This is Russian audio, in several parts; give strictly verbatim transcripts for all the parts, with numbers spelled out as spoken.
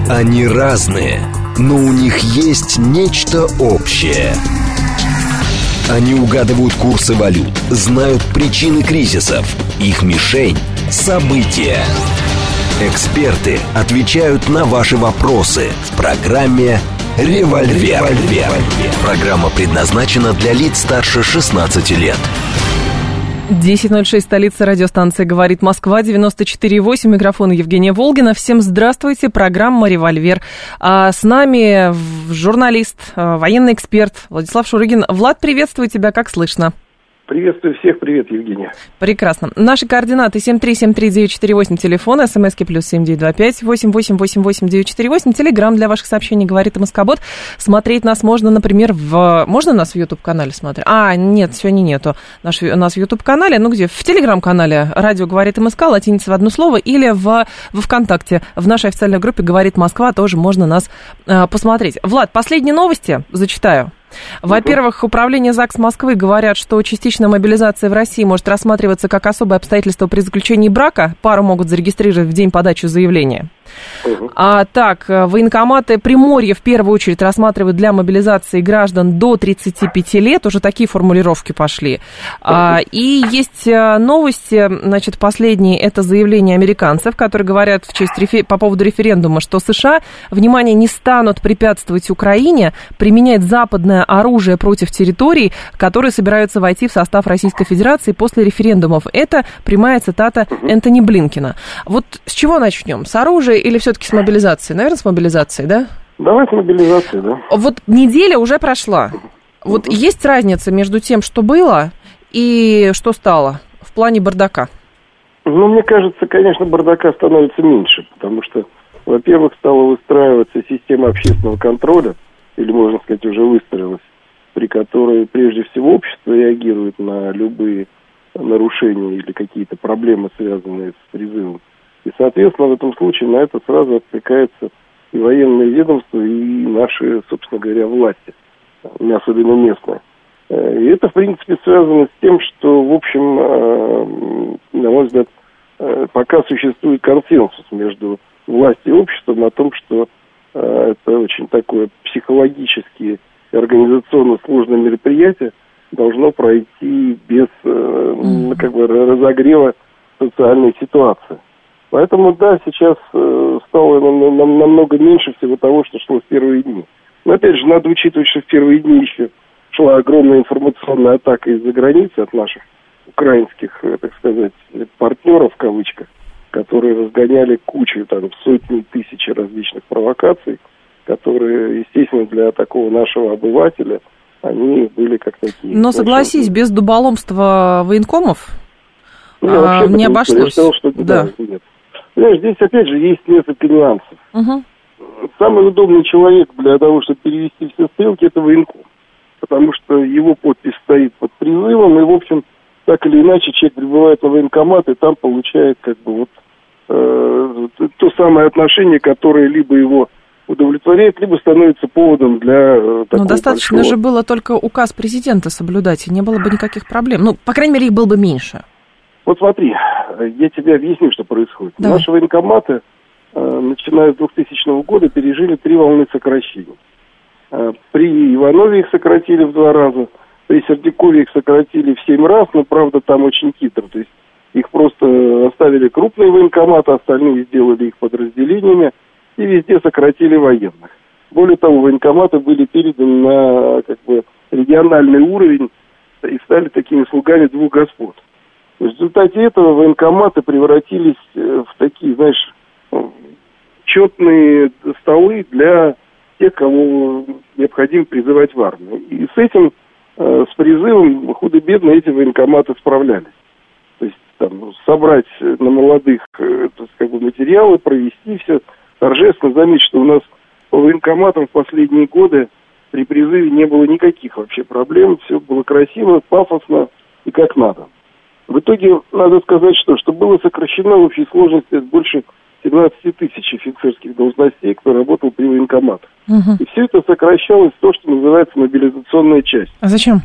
Они разные, но у них есть нечто общее. Они угадывают курсы валют, знают причины кризисов. Их мишень – события. Эксперты отвечают на ваши вопросы в программе «Револьвер». Программа предназначена для лиц старше шестнадцати лет. десять ноль шесть, столица, радиостанция «Говорит Москва», девяносто четыре и восемь, микрофон Евгения Волгина. Всем здравствуйте, программа «Револьвер». А с нами журналист, военный эксперт Владислав Шурыгин. Влад, приветствую тебя, как слышно? Приветствую всех, привет, Евгения. Прекрасно. Наши координаты семь три семь три девять четыре восемь, телефон, смски плюс семь девять два пять восемь восемь восемь восемь девять четыре восемь, телеграм для ваших сообщений «Говорит МСК-бот». Смотреть нас можно, например, в... Можно нас в YouTube-канале смотреть? А, нет, сегодня нету наш... нас в YouTube-канале. Ну, где? В телеграм-канале «Радио Говорит МСК», латиница в одно слово, или в... во ВКонтакте. В нашей официальной группе «Говорит Москва» тоже можно нас э, посмотреть. Влад, последние новости зачитаю. Во-первых, управление ЗАГС Москвы говорят, что частичная мобилизация в России может рассматриваться как особое обстоятельство при заключении брака. Пару могут зарегистрировать в день подачи заявления. Uh-huh. А так, военкоматы Приморья в первую очередь рассматривают для мобилизации граждан до тридцати пяти лет. Уже такие формулировки пошли. Uh-huh. А, и есть новости, значит, последние, это заявление американцев, которые говорят в честь рефер... по поводу референдума, что США, внимание, не станут препятствовать Украине применять западное оружие против территорий, которые собираются войти в состав Российской Федерации после референдумов. Это прямая цитата uh-huh. Энтони Блинкена. Вот с чего начнем? С оружия или все-таки с мобилизацией? Наверное, с мобилизацией, да? Давай с мобилизацией, да. Вот неделя уже прошла. Вот uh-huh. есть разница между тем, что было, и что стало в плане бардака? Ну, мне кажется, конечно, бардака становится меньше, потому что, во-первых, стала выстраиваться система общественного контроля, или, можно сказать, уже выстроилась, при которой, прежде всего, общество реагирует на любые нарушения или какие-то проблемы, связанные с призывом. И, соответственно, в этом случае на это сразу откликается и военные ведомства, и наши, собственно говоря, власти, не особенно местные. И это, в принципе, связано с тем, что, в общем, на мой взгляд, пока существует консенсус между властью и обществом о том, что это очень такое психологически и организационно сложное мероприятие, должно пройти без mm. как бы разогрева социальной ситуации. Поэтому, да, сейчас стало намного меньше всего того, что шло в первые дни. Но, опять же, надо учитывать, что в первые дни еще шла огромная информационная атака из-за границы от наших украинских, так сказать, партнеров, в кавычках, которые разгоняли кучу, там, сотни тысяч различных провокаций, которые, естественно, для такого нашего обывателя, они были как такие. Но согласись, без дуболомства военкомов ну, а, не обошлось. Сказал, что, да. Да, нет. Знаешь, здесь, опять же, есть несколько нюансов. Угу. Самый удобный человек для того, чтобы перевести все стрелки, это военком. Потому что его подпись стоит под призывом, и, в общем, так или иначе, человек прибывает на военкомат, и там получает, как бы, вот, э, то самое отношение, которое либо его удовлетворяет, либо становится поводом для э, такого. Но достаточно большого... же было только указ президента соблюдать, и не было бы никаких проблем. Ну, по крайней мере, их было бы меньше. Вот смотри, я тебе объясню, что происходит. Да. Наши военкоматы, э, начиная с двухтысячного года, пережили три волны сокращений. Э, при Иванове их сократили в два раза, при Сердюкове их сократили в семь раз, но, правда, там очень хитро. То есть их просто оставили крупные военкоматы, остальные сделали их подразделениями и везде сократили военных. Более того, военкоматы были переданы на, как бы, региональный уровень и стали такими слугами двух господ. В результате этого военкоматы превратились в такие, знаешь, четные столы для тех, кого необходимо призывать в армию. И с этим, с призывом, худо-бедно эти военкоматы справлялись. То есть там, собрать на молодых как бы, материалы, провести все торжественно. Заметь, что у нас по военкоматам в последние годы при призыве не было никаких вообще проблем. Все было красиво, пафосно и как надо. В итоге, надо сказать, что, что было сокращено в общей сложности больше семнадцати тысяч офицерских должностей, кто работал при военкоматах. Угу. И все это сокращалось в то, что называется мобилизационная часть. А зачем?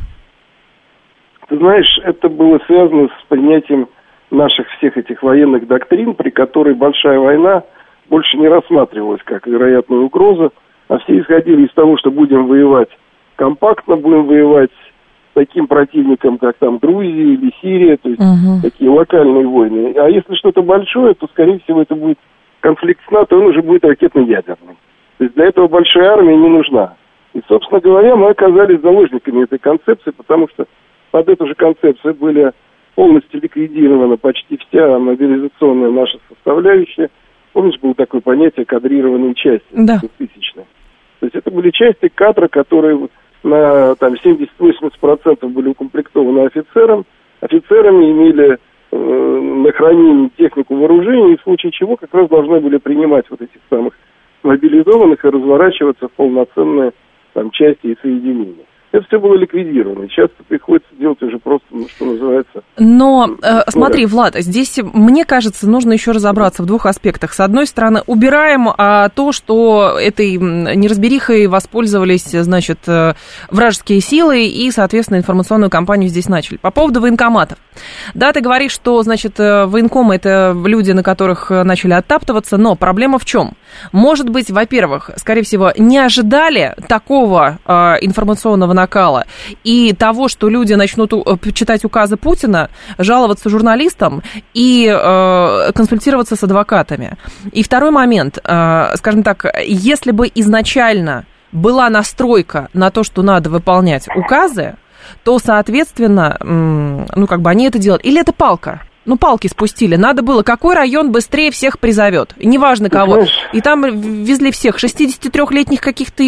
Ты знаешь, это было связано с принятием наших всех этих военных доктрин, при которой большая война больше не рассматривалось как вероятная угроза, а все исходили из того, что будем воевать компактно, будем воевать с таким противником, как там Грузия или Сирия, то есть uh-huh. такие локальные войны. А если что-то большое, то, скорее всего, это будет конфликт с НАТО, он уже будет ракетно-ядерный. То есть для этого большая армия не нужна. И, собственно говоря, мы оказались заложниками этой концепции, потому что под эту же концепцию были полностью ликвидирована почти вся мобилизационная наша составляющая. Помнишь, было такое понятие кадрированные части, да. двухтысячные. То есть это были части кадра, которые на там, семьдесят-восемьдесят процентов были укомплектованы офицером. Офицерами имели э, на хранение технику вооружения, и в случае чего как раз должны были принимать вот этих самых мобилизованных и разворачиваться в полноценные там, части и соединения. Это все было ликвидировано. Сейчас приходится делать уже просто, ну, что называется... Но, э, смотри, Влад, здесь, мне кажется, нужно еще разобраться в двух аспектах. С одной стороны, убираем а, то, что этой неразберихой воспользовались, значит, вражеские силы и, соответственно, информационную кампанию здесь начали. По поводу военкоматов. Да, ты говоришь, что, значит, военкомы – это люди, на которых начали оттаптываться, но проблема в чем? Может быть, во-первых, скорее всего, не ожидали такого а, информационного накала и того, что люди начнут читать указы Путина, жаловаться журналистам и э, консультироваться с адвокатами. И второй момент, э, скажем так, если бы изначально была настройка на то, что надо выполнять указы, то, соответственно, м, ну, как бы они это делают. Или это палка? Ну, палки спустили. Надо было, какой район быстрее всех призовет. Неважно кого. И там везли всех. шестидесятитрёхлетних каких-то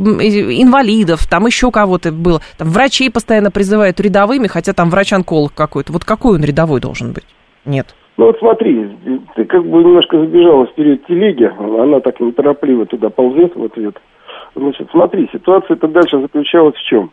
инвалидов, там еще кого-то было. Там врачей постоянно призывают рядовыми, хотя там врач-онколог какой-то. Вот какой он рядовой должен быть? Нет. Ну, вот смотри, ты как бы немножко забежала вперед телеги. Она так неторопливо туда ползет в ответ. Значит, смотри, ситуация-то дальше заключалась в чем?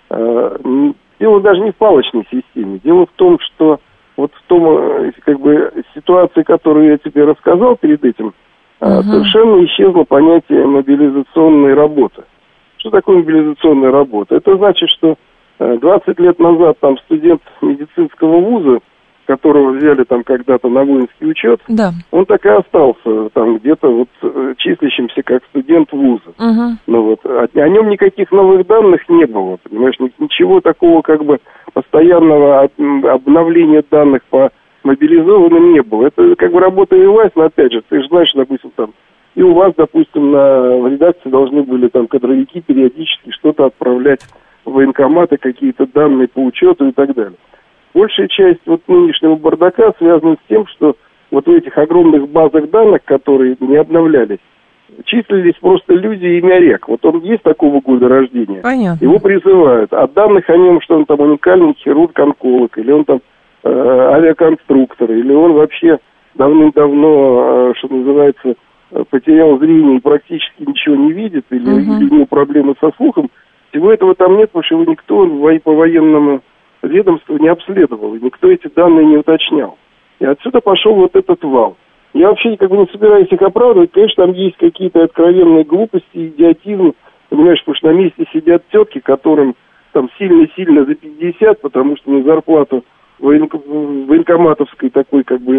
Дело даже не в палочной системе. Дело в том, что вот в том, как бы, ситуации, которую я тебе рассказал перед этим, uh-huh. совершенно исчезло понятие мобилизационной работы. Что такое мобилизационная работа? Это значит, что двадцать лет назад там студент медицинского вуза, которого взяли там когда-то на воинский учет, да. он так и остался там где-то вот числящимся как студент вуза. Uh-huh. Ну вот, о, о нем никаких новых данных не было, понимаешь, ничего такого как бы постоянного обновления данных по мобилизованным не было. Это как бы работа велась, но опять же, ты же знаешь, допустим, там, и у вас, допустим, на редакции должны были там кадровики периодически что-то отправлять в военкоматы, какие-то данные по учету и так далее. Большая часть вот нынешнего бардака связана с тем, что вот в этих огромных базах данных, которые не обновлялись, числились просто люди имя рек. Вот он есть такого года рождения. Понятно. Его призывают. А данных о нем, что он там уникальный хирург-онколог, или он там э, авиаконструктор, или он вообще давным-давно, э, что называется, потерял зрение и практически ничего не видит, или, угу. или у него проблемы со слухом, всего этого там нет, потому что его никто по военному ведомство не обследовал, и никто эти данные не уточнял. И отсюда пошел вот этот вал. Я вообще как бы не собираюсь их оправдывать. Конечно, там есть какие-то откровенные глупости, идиотизм. Понимаешь, потому что на месте сидят тетки, которым там сильно-сильно за пятьдесят, потому что на зарплату воен... военкоматовской такой как бы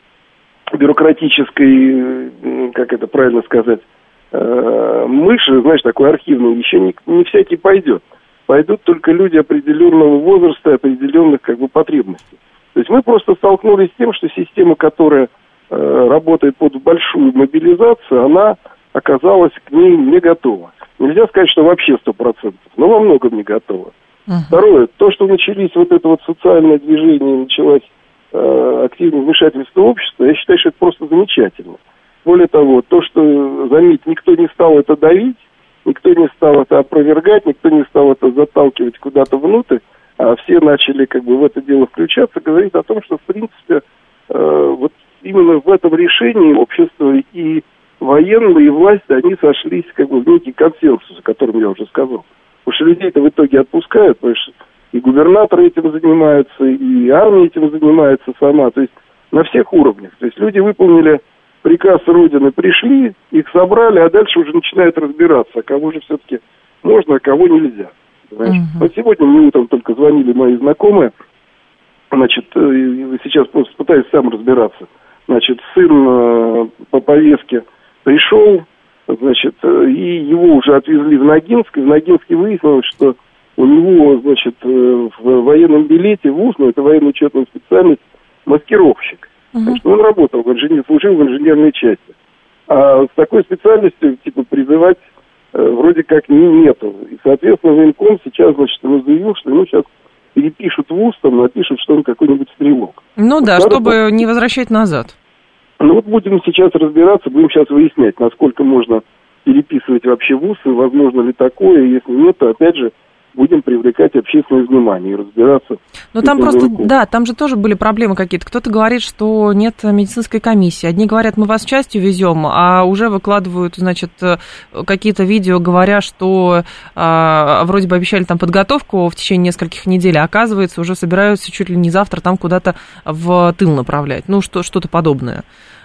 бюрократической, как это правильно сказать, мыши, знаешь, такой архивной, еще не, не всякий пойдет. Пойдут только люди определенного возраста и определенных как бы потребностей. То есть мы просто столкнулись с тем, что система, которая э, работает под большую мобилизацию, она оказалась к ней не готова. Нельзя сказать, что вообще сто процентов, но во многом не готова. Uh-huh. Второе, то, что начались вот это вот социальное движение, началось э, активное вмешательство общества, я считаю, что это просто замечательно. Более того, то, что, заметь, никто не стал это давить, никто не стал это опровергать, никто не стал это заталкивать куда-то внутрь, а все начали как бы в это дело включаться, говорит о том, что, в принципе, э, вот именно в этом решении общество и военные, и власти, они сошлись как бы в некий консенсус, о котором я уже сказал. Потому что людей-то в итоге отпускают, потому что и губернаторы этим занимаются, и армия этим занимается сама, то есть на всех уровнях. То есть люди выполнили приказ Родины, пришли, их собрали, а дальше уже начинают разбираться, а кого же все-таки можно, а кого нельзя. Uh-huh. Вот сегодня мне утром только звонили мои знакомые, значит, сейчас просто пытаюсь сам разбираться. значит, сын по повестке пришел, значит, и его уже отвезли в Ногинск, и в Ногинске выяснилось, что у него, значит, в военном билете ВУЗ, ну, это военно-учетная специальность, маскировщик. Uh-huh. Значит, он работал в инженер, служил в инженерной части. А с такой специальностью, типа, призывать э, вроде как не, нету. И, соответственно, военком сейчас, значит, ему заявил, что ему сейчас перепишут ВУЗ, там, напишут, что он какой-нибудь стрелок. Ну да, вот, чтобы вот, не возвращать назад. Ну вот будем сейчас разбираться, будем сейчас выяснять, насколько можно переписывать вообще ВУЗ, и возможно ли такое, если нет, то опять же будем привлекать общественное внимание и разбираться. Но там просто, да, там же тоже были проблемы какие-то. Кто-то говорит, что нет медицинской комиссии. Одни говорят, мы вас частью везем, а уже выкладывают, значит, какие-то видео, говоря, что а, вроде бы обещали там подготовку в течение нескольких недель, а оказывается, уже собираются чуть ли не завтра там куда-то в тыл направлять. Ну, что, что-то подобное.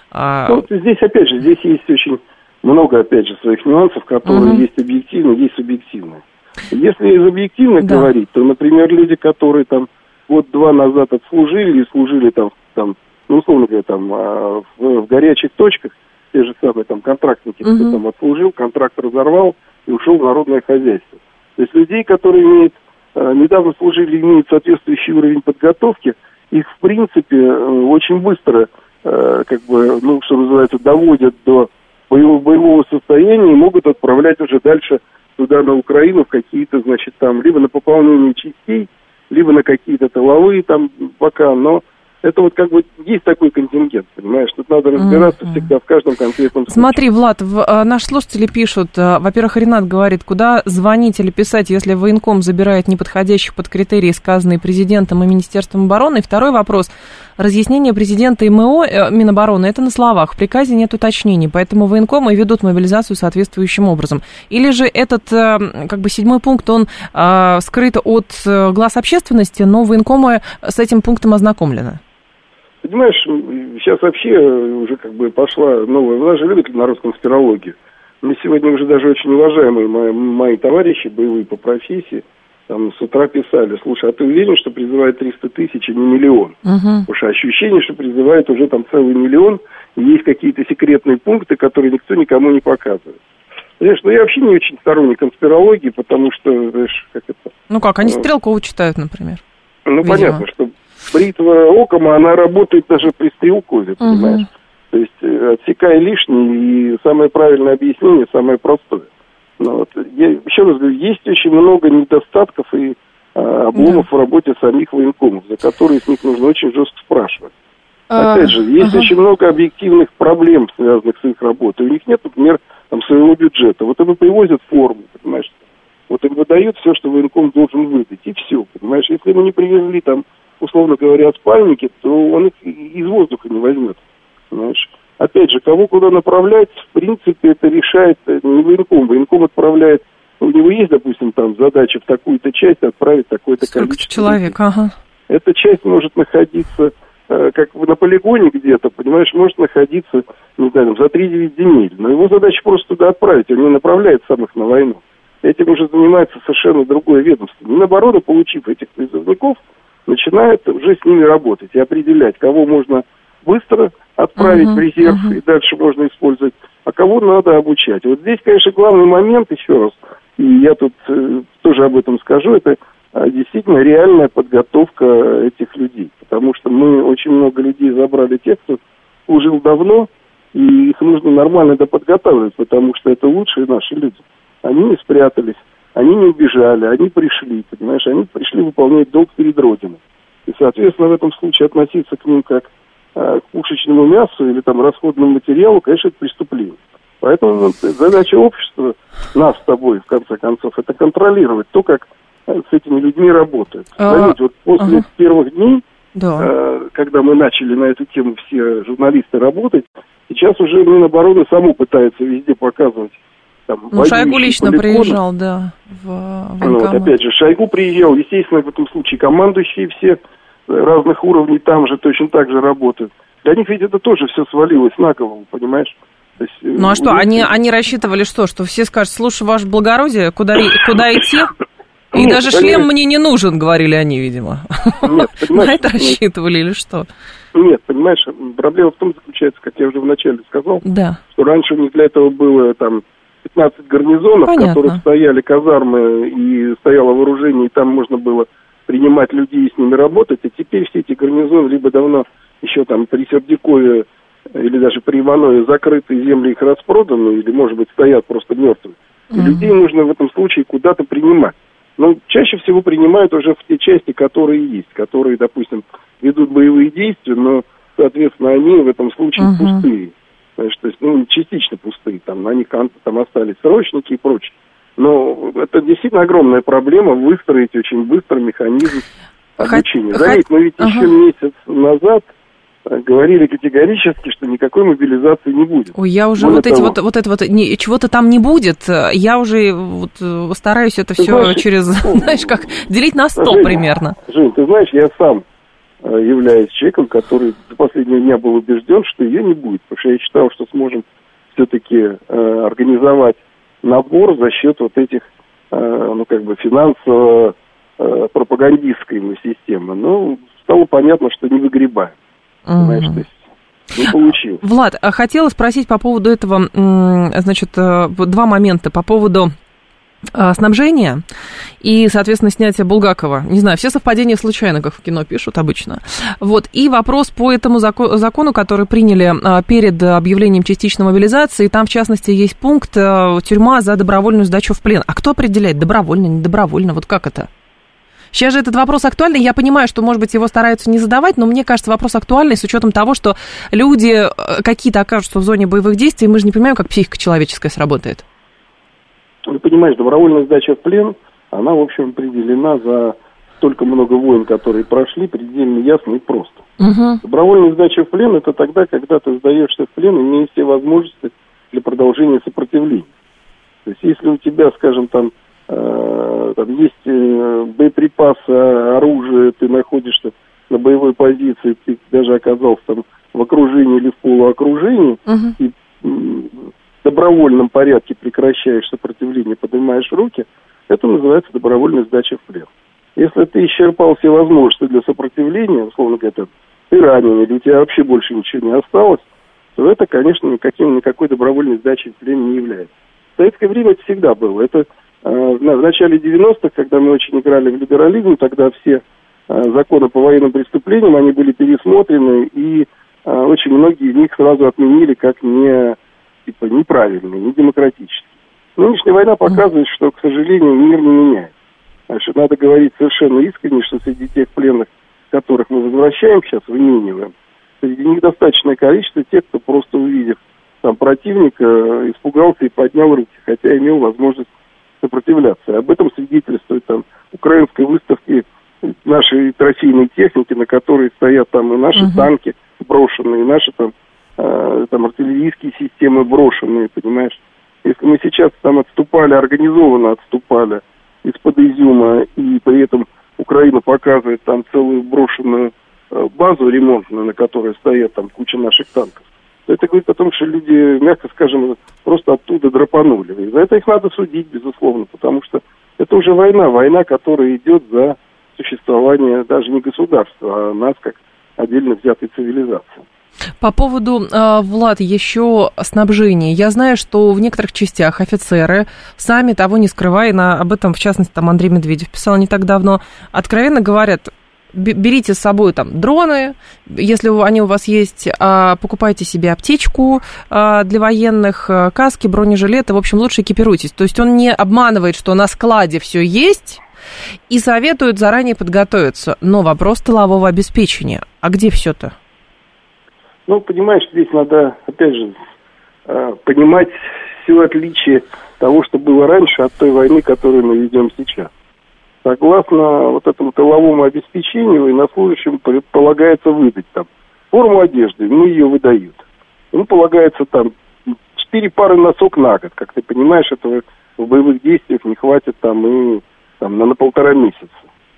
Ну, здесь, опять же, здесь есть очень много, опять же, своих нюансов, которые угу. есть объективные, есть субъективные. Если из объективных да. говорить, то, например, люди, которые там год-два назад отслужили и служили там, там ну, условно говоря, там в, в горячих точках, те же самые там контрактники, uh-huh. кто там отслужил, контракт разорвал и ушел в народное хозяйство. То есть людей, которые имеют, недавно служили, имеют соответствующий уровень подготовки, их, в принципе, очень быстро, как бы, ну, что называется, доводят до боевого, боевого состояния и могут отправлять уже дальше туда, на Украину, в какие-то, значит, там, либо на пополнение частей, либо на какие-то тыловые там пока, но это вот как бы есть такой контингент, понимаешь, тут надо разбираться mm-hmm. всегда в каждом конкретном случае. Смотри, Влад, в, а, наши слушатели пишут, а, во-первых, Ренат говорит, куда звонить или писать, если военком забирает неподходящих под критерии, сказанные президентом и Министерством обороны. И второй вопрос. Разъяснение президента и МО, э, Минобороны, это на словах, в приказе нет уточнений, поэтому военкомы ведут мобилизацию соответствующим образом. Или же этот, э, как бы, седьмой пункт, он э, скрыт от э, глаз общественности, но военкомы с этим пунктом ознакомлены? Понимаешь, сейчас вообще уже как бы пошла новая, вы же любите на русском конспирологию. Мне сегодня уже даже очень уважаемые мои, мои товарищи, боевые по профессии, там с утра писали, слушай, а ты уверен, что призывает триста тысяч, а не миллион? Uh-huh. Потому что ощущение, что призывает уже там целый миллион, и есть какие-то секретные пункты, которые никто никому не показывает. Знаешь, ну я вообще не очень сторонник конспирологии, потому что, знаешь, как это... Ну как, они Стрелкова читают, например. Ну, видимо. Понятно, что бритва окома, она работает даже при Стрелкове, понимаешь? Uh-huh. То есть отсекая лишнее, и самое правильное объяснение, самое простое. Ну, вот, я еще раз говорю, есть очень много недостатков и а, обломов uh-huh. в работе самих военкомов, за которые с них нужно очень жестко спрашивать. Uh-huh. Опять же, есть uh-huh. очень много объективных проблем, связанных с их работой. У них нет, например, там, своего бюджета. Вот им привозят форму, понимаешь? Вот им выдают все, что военком должен выдать, и все, понимаешь? Если ему не привезли там, условно говоря, спальники, то он их из воздуха не возьмет, понимаешь? Опять же, кого куда направлять, в принципе, это решает не военком. Военком отправляет, у него есть, допустим, там задача в такую-то часть отправить такое-то количество человек, ага. Эта часть может находиться, э, как на полигоне где-то, понимаешь, может находиться, не знаю, за три-девять земель. Но его задача просто туда отправить, он не направляет самых на войну. Этим уже занимается совершенно другое ведомство. Минобороны, получив этих призывников, начинает уже с ними работать и определять, кого можно быстро отправить uh-huh, в резерв, uh-huh. и дальше можно использовать, а кого надо обучать. Вот здесь, конечно, главный момент, еще раз, и я тут э, тоже об этом скажу, это э, действительно реальная подготовка этих людей. Потому что мы очень много людей забрали тех, кто служил давно, и их нужно нормально доподготавливать, потому что это лучшие наши люди. Они не спрятались, они не убежали, они пришли, понимаешь, они пришли выполнять долг перед Родиной. И, соответственно, в этом случае относиться к ним как к пушечному мясу или там расходному материалу, конечно, это преступление. Поэтому задача общества, нас с тобой, в конце концов, это контролировать то, как с этими людьми работают. Заметьте, вот после ага. первых дней, да. когда мы начали на эту тему все журналисты работать, сейчас уже Минобороны само пытается везде показывать. Там, ну, Шойгу лично полигоны. Приезжал, да, в, в ну, вот, опять же, Шойгу приезжал, естественно, в этом случае командующие все разных уровней там же точно так же работают. Для них ведь это тоже все свалилось на голову, понимаешь? То есть, ну а что, них... они, они рассчитывали что? Что все скажут, слушай, ваше благородие, куда, куда идти? И Нет, даже конечно. шлем мне не нужен, говорили они, видимо. Нет, На это рассчитывали или что? Нет, понимаешь, проблема в том заключается, как я уже вначале сказал, Да. что раньше у них для этого было там пятнадцать гарнизонов, Понятно. в которых стояли казармы и стояло вооружение, и там можно было принимать людей и с ними работать, а теперь все эти гарнизоны либо давно еще там при Сердюкове или даже при Иванове закрыты, земли их распроданы, или, может быть, стоят просто мертвые. И mm-hmm. людей нужно в этом случае куда-то принимать. Но чаще всего принимают уже в те части, которые есть, которые, допустим, ведут боевые действия, но, соответственно, они в этом случае uh-huh. пустые. Знаешь, то есть, ну, частично пустые. Там на них там остались срочники и прочее. Но это действительно огромная проблема выстроить очень быстро механизм обучения. Хот... Заметь, мы ведь uh-huh. еще месяц назад говорили категорически, что никакой мобилизации не будет. Ой, я уже вот, эти, вот, вот это вот, не, чего-то там не будет, я уже вот, стараюсь это ты все знаешь, через, ну, знаешь, как делить на сто Жень, примерно. Жень, ты знаешь, я сам являюсь человеком, который до последнего дня был убежден, что ее не будет, потому что я считал, что сможем все-таки э, организовать набор за счет вот этих, э, ну, как бы, финансово-пропагандистской э, системы. Но стало понятно, что не выгребаем. Понимаешь, то есть не получилось. Влад, хотела спросить по поводу этого, значит, два момента. По поводу снабжения и, соответственно, снятия Булгакова. Не знаю, все совпадения случайно, как в кино пишут обычно. Вот. И вопрос по этому закону, который приняли перед объявлением частичной мобилизации. Там, в частности, есть пункт тюрьма за добровольную сдачу в плен. А кто определяет, добровольно, не добровольно? Вот как это? Сейчас же этот вопрос актуальный. Я понимаю, что, может быть, его стараются не задавать, но мне кажется, вопрос актуальный с учетом того, что люди какие-то окажутся в зоне боевых действий, и мы же не понимаем, как психика человеческая сработает. Ты понимаешь, добровольная сдача в плен, она, в общем, определена за столько много войн, которые прошли, предельно ясно и просто. Угу. Добровольная сдача в плен – это тогда, когда ты сдаешься в плен, имея все возможности для продолжения сопротивления. То есть, если у тебя, скажем, там, там есть боеприпасы, оружие, ты находишься на боевой позиции, ты даже оказался там в окружении или в полуокружении, uh-huh. и в добровольном порядке прекращаешь сопротивление, поднимаешь руки, это называется добровольная сдача в плен. Если ты исчерпал все возможности для сопротивления, условно говоря, ты ранен, или у тебя вообще больше ничего не осталось, то это, конечно, никаким, никакой добровольной сдачей в плен не является. В советское время это всегда было. Это В начале девяностых, когда мы очень играли в либерализм, тогда все законы по военным преступлениям, они были пересмотрены, и очень многие из них сразу отменили как не, типа, неправильные, не демократические. Нынешняя война показывает, что, к сожалению, мир не меняется. Значит, надо говорить совершенно искренне, что среди тех пленных, которых мы возвращаем сейчас, вымениваем, среди них достаточное количество тех, кто просто увидев там противника, испугался и поднял руки, хотя имел возможность сопротивляться. И об этом свидетельствует там украинской выставки нашей трофейной техники, на которой стоят там и наши uh-huh. танки брошенные, и наши там, э, там артиллерийские системы брошенные, понимаешь. Если мы сейчас там отступали, организованно отступали из-под Изюма, и при этом Украина показывает там целую брошенную э, базу ремонтную, на которой стоят там куча наших танков, то это говорит о том, что люди, мягко скажем, просто оттуда драпанули. И за это их надо судить, безусловно, потому что это уже война, война, которая идет за существование даже не государства, а нас как отдельно взятой цивилизации. По поводу, Влад, еще снабжения. Я знаю, что в некоторых частях офицеры, сами того не скрывая, на, об этом, в частности, там Андрей Медведев писал не так давно, откровенно говорят: берите с собой там дроны, если они у вас есть, покупайте себе аптечку для военных, каски, бронежилеты, в общем, лучше экипируйтесь. То есть он не обманывает, что на складе все есть, и советует заранее подготовиться. Но вопрос тылового обеспечения. А где все-то? Ну, понимаешь, здесь надо, опять же, понимать все отличие того, что было раньше, от той войны, которую мы ведем сейчас. Согласно вот этому тыловому обеспечению, военнослужащим полагается выдать там форму одежды, ему ее выдают. Ему полагается там четыре пары носок на год. Как ты понимаешь, этого в боевых действиях не хватит там и там, на, на полтора месяца.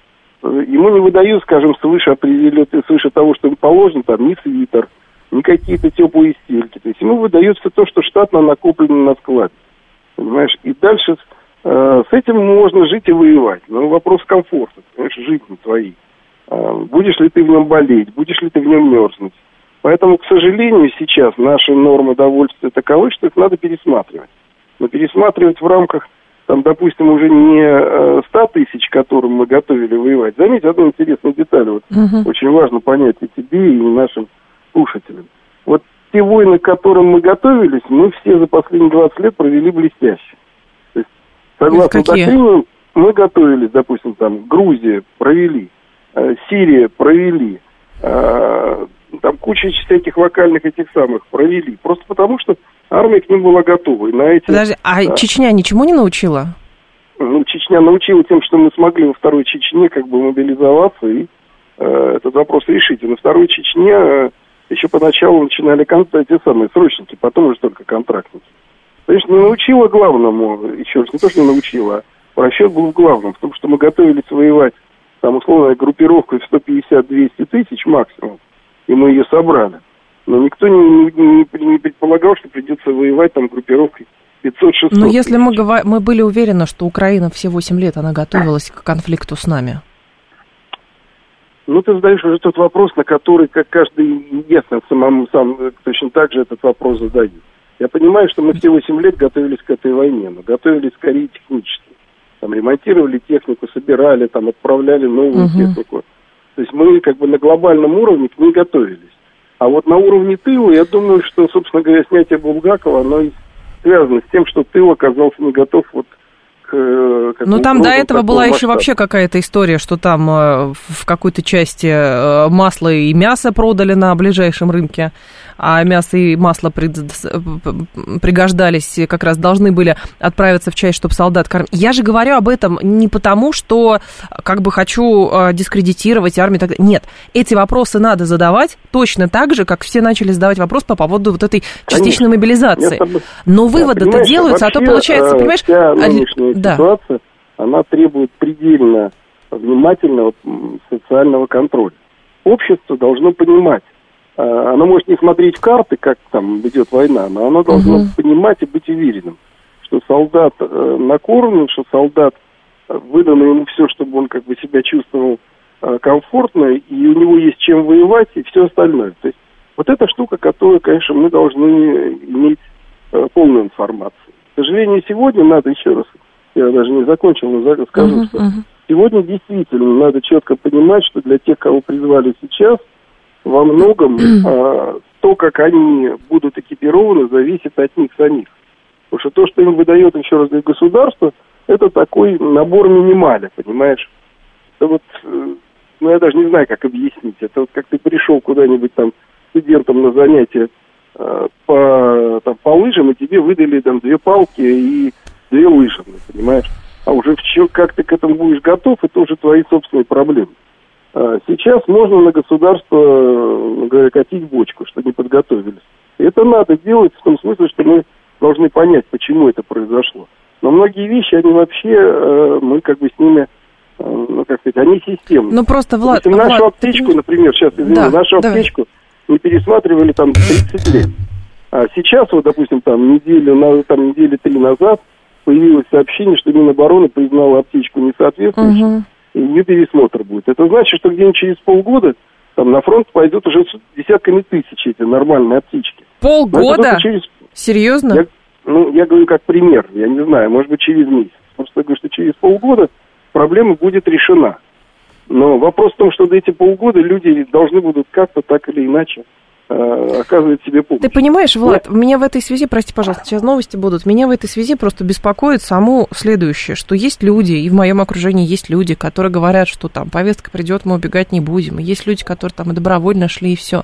Ему не выдают, скажем, свыше, свыше того, что ему положено, там ни свитер, ни какие-то теплые стельки. То есть ему выдается то, что штатно накоплено на складе. Понимаешь? И дальше С этим можно жить и воевать. Но вопрос комфорта, понимаешь, жизни твоей. Будешь ли ты в нем болеть, будешь ли ты в нем мерзнуть. Поэтому, к сожалению, сейчас наши нормы довольствия таковы, что их надо пересматривать. Но пересматривать в рамках, там, допустим, уже не ста тысяч, которым мы готовили воевать. Заметь одну интересную деталь, вот, uh-huh. очень важно понять и тебе, и нашим слушателям. Вот те войны, к которым мы готовились, мы все за последние двадцать лет провели блестяще. То есть, согласно доктрине, мы готовились, допустим, там, Грузия провели, э, Сирия провели, э, там куча всяких локальных этих самых провели. Просто потому, что армия к ним была готова. И на эти, Подожди, а да, Чечня ничему не научила? Ну, Чечня научила тем, что мы смогли во второй Чечне как бы мобилизоваться и э, этот вопрос решить. И на второй Чечне э, еще поначалу начинали контракты, те самые срочники, потом уже только контрактники. Конечно, не научила главному, еще раз, не то, что не научила, а расчет был в главном, в том, что мы готовились воевать, там, условно, группировкой в сто пятьдесят - двести тысяч максимум, и мы ее собрали. Но никто не, не, не предполагал, что придется воевать там группировкой пятьсот - шестьсот. Но если мы, мы были уверены, что Украина все восемь лет, она готовилась к конфликту с нами. Ну, ты задаешь уже тот вопрос, на который, как каждый ясно самому сам точно так же этот вопрос задает. Я понимаю, что мы все восемь лет готовились к этой войне, но готовились скорее технически. Там ремонтировали технику, собирали, там отправляли новую uh-huh. технику. То есть мы как бы на глобальном уровне к ней готовились. А вот на уровне тыла, я думаю, что, собственно говоря, снятие Булгакова, оно и связано с тем, что тыл оказался не готов вот к... к ну, там до этого была масштабу. Еще вообще какая-то история, что там э, в какой-то части э, масло и мясо продали на ближайшем рынке, а мясо и масло пред... пригождались, как раз должны были отправиться в часть, чтобы солдат кормить. Я же говорю об этом не потому, что как бы хочу э, дискредитировать армию. Так... Нет, эти вопросы надо задавать точно так же, как все начали задавать вопрос по поводу вот этой частичной Конечно. мобилизации. Тобой... Но выводы-то да, делаются, а то получается, понимаешь... Вся нынешняя да. ситуация, она требует предельно внимательного социального контроля. Общество должно понимать, оно может не смотреть в карты, как там идет война, но оно должно угу. понимать и быть уверенным, что солдат э, накормлен, что солдат э, выдано ему все, чтобы он как бы себя чувствовал э, комфортно, и у него есть чем воевать, и все остальное. То есть вот эта штука, которую, конечно, мы должны иметь э, полную информацию. К сожалению, сегодня надо, еще раз, я даже не закончил, но скажу, uh-huh, что uh-huh. сегодня действительно надо четко понимать, что для тех, кого призвали сейчас, во многом а, то, как они будут экипированы, зависит от них самих. Потому что то, что им выдает, еще раз говорю, государство, это такой набор минималя, понимаешь? Это вот, ну я даже не знаю, как объяснить. Это вот как ты пришел куда-нибудь там студентам на занятия а, по, там, по лыжам, и тебе выдали там две палки и две лыжи, понимаешь? А уже в чё, как ты к этому будешь готов, это уже твои собственные проблемы. Сейчас можно на государство, говоря, катить бочку, что не подготовились. И это надо делать в том смысле, что мы должны понять, почему это произошло. Но многие вещи, они вообще, мы как бы с ними, ну, как сказать, они системные. Ну, просто, Влад... Допустим, нашу Влад, аптечку, ты... например, сейчас, извини, да, нашу давай. аптечку мы пересматривали там тридцать лет. А сейчас, вот, допустим, там неделю, там недели три назад появилось сообщение, что Минобороны признала аптечку несоответствующей. Угу. И ее пересмотр будет. Это значит, что где-нибудь через полгода там на фронт пойдут уже десятками тысяч эти нормальные аптечки. Полгода? Через... Серьезно? Я, ну, я говорю как пример, я не знаю, может быть через месяц. Просто я говорю, что через полгода проблема будет решена. Но вопрос в том, что до эти полгода люди должны будут как-то так или иначе оказывает себе помощь. Ты понимаешь, Влад, да? Меня в этой связи, прости, пожалуйста, сейчас новости будут, меня в этой связи просто беспокоит само следующее, что есть люди, и в моем окружении есть люди, которые говорят, что там повестка придет, мы убегать не будем, и есть люди, которые там и добровольно шли, и все.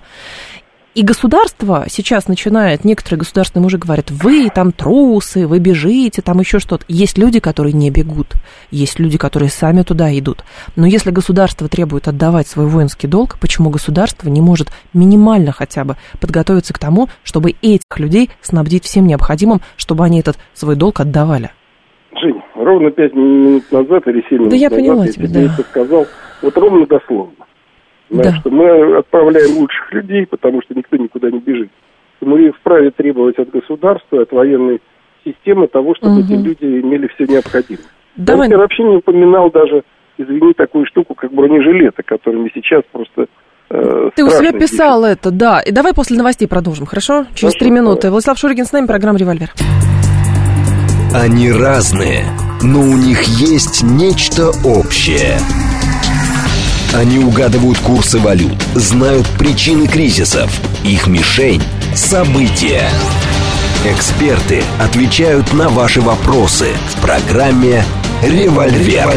И государство сейчас начинает, некоторые государственные мужи говорят, вы там трусы, вы бежите, там еще что-то. Есть люди, которые не бегут, есть люди, которые сами туда идут. Но если государство требует отдавать свой воинский долг, почему государство не может минимально хотя бы подготовиться к тому, чтобы этих людей снабдить всем необходимым, чтобы они этот свой долг отдавали? Жень, ровно пять минут назад или семь минут да я назад поняла я тебя, тебе да. это сказал, вот ровно дословно. Да. Что мы отправляем лучших людей, потому что никто никуда не бежит. Мы вправе требовать от государства, от военной системы того, чтобы угу. эти люди имели все необходимое. Давай. Я вообще не упоминал даже, извини, такую штуку, как бронежилеты, которыми сейчас просто... Э, Ты у себя писал дефицит. это, да. И давай после новостей продолжим, хорошо? Через три минуты. Давай. Владислав Шуригин с нами, программа «Револьвер». Они разные, но у них есть нечто общее. Они угадывают курсы валют, знают причины кризисов. Их мишень – события. Эксперты отвечают на ваши вопросы в программе «Револьвер».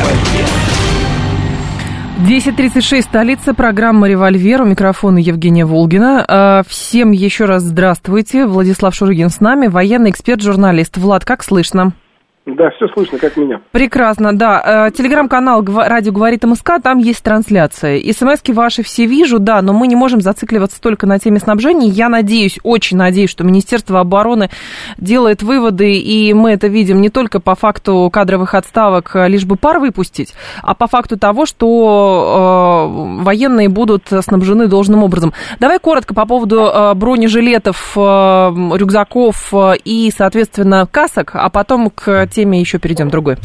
десять тридцать шесть, столица, программа «Револьвер». У микрофона Евгения Волгина. Всем еще раз здравствуйте. Владислав Шурыгин с нами, военный эксперт, журналист. Влад, как слышно? Да, все слышно, как меня. Прекрасно, да. Телеграм-канал «Радио говорит МСК», там есть трансляция. СМСки ваши все вижу, да, но мы не можем зацикливаться только на теме снабжения. Я надеюсь, очень надеюсь, что Министерство обороны делает выводы, и мы это видим не только по факту кадровых отставок, лишь бы пар выпустить, а по факту того, что э, военные будут снабжены должным образом. Давай коротко по поводу э, бронежилетов, э, рюкзаков э, и, соответственно, касок, а потом к теме еще перейдем к другой.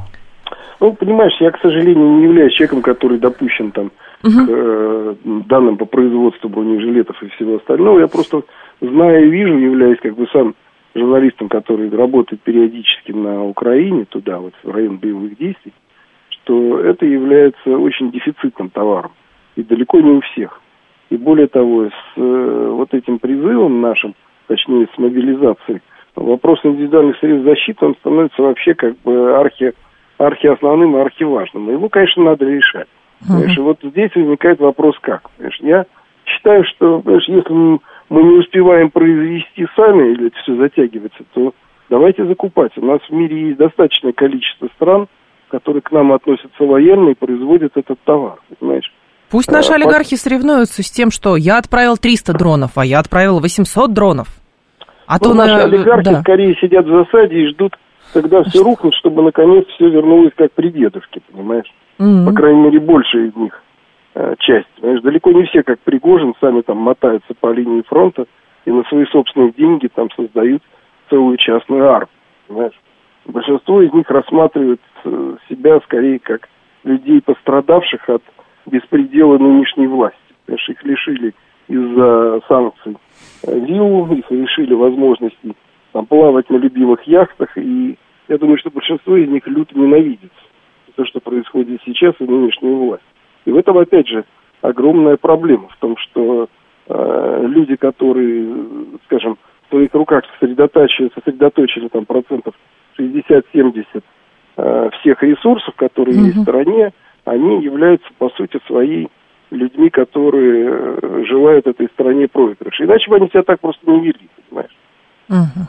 Ну, понимаешь, я, к сожалению, не являюсь человеком, который допущен там угу. к э, данным по производству бронежилетов и всего остального. Я просто знаю и вижу, являюсь как бы сам журналистом, который работает периодически на Украине, туда, вот в район боевых действий, что это является очень дефицитным товаром. И далеко не у всех. И более того, с э, вот этим призывом нашим, точнее, с мобилизацией, вопрос индивидуальных средств защиты, он становится вообще как бы архи, архиосновным и архиважным. Его, конечно, надо решать. Uh-huh. И вот здесь возникает вопрос как. Понимаешь? Я считаю, что если мы не успеваем произвести сами, или это все затягивается, то давайте закупать. У нас в мире есть достаточное количество стран, которые к нам относятся военные и производят этот товар. Понимаешь? Пусть наши а, олигархи по... соревнуются с тем, что я отправил триста дронов, а я отправил восемьсот дронов. А ну, то наши на... олигархи да. скорее сидят в засаде и ждут, когда все рухнет, чтобы наконец все вернулось как при дедушке, понимаешь? Mm-hmm. По крайней мере, большая из них э, часть. Понимаешь? Далеко не все, как Пригожин, сами там мотаются по линии фронта и на свои собственные деньги там создают целую частную армию, понимаешь? Большинство из них рассматривают э, себя скорее как людей, пострадавших от беспредела нынешней власти. Понимаешь? Их лишили из-за санкций виллу, их лишили возможности там, плавать на любимых яхтах, и я думаю, что большинство из них люто ненавидит то, что происходит сейчас и нынешнюю власть. И в этом, опять же, огромная проблема в том, что э, люди, которые, скажем, в своих руках сосредоточили, сосредоточили там процентов шестьдесят-семьдесят э, всех ресурсов, которые mm-hmm. есть в стране, они являются, по сути, своей людьми, которые желают этой стране проигрыша. Иначе бы они себя так просто не вели, понимаешь? Угу.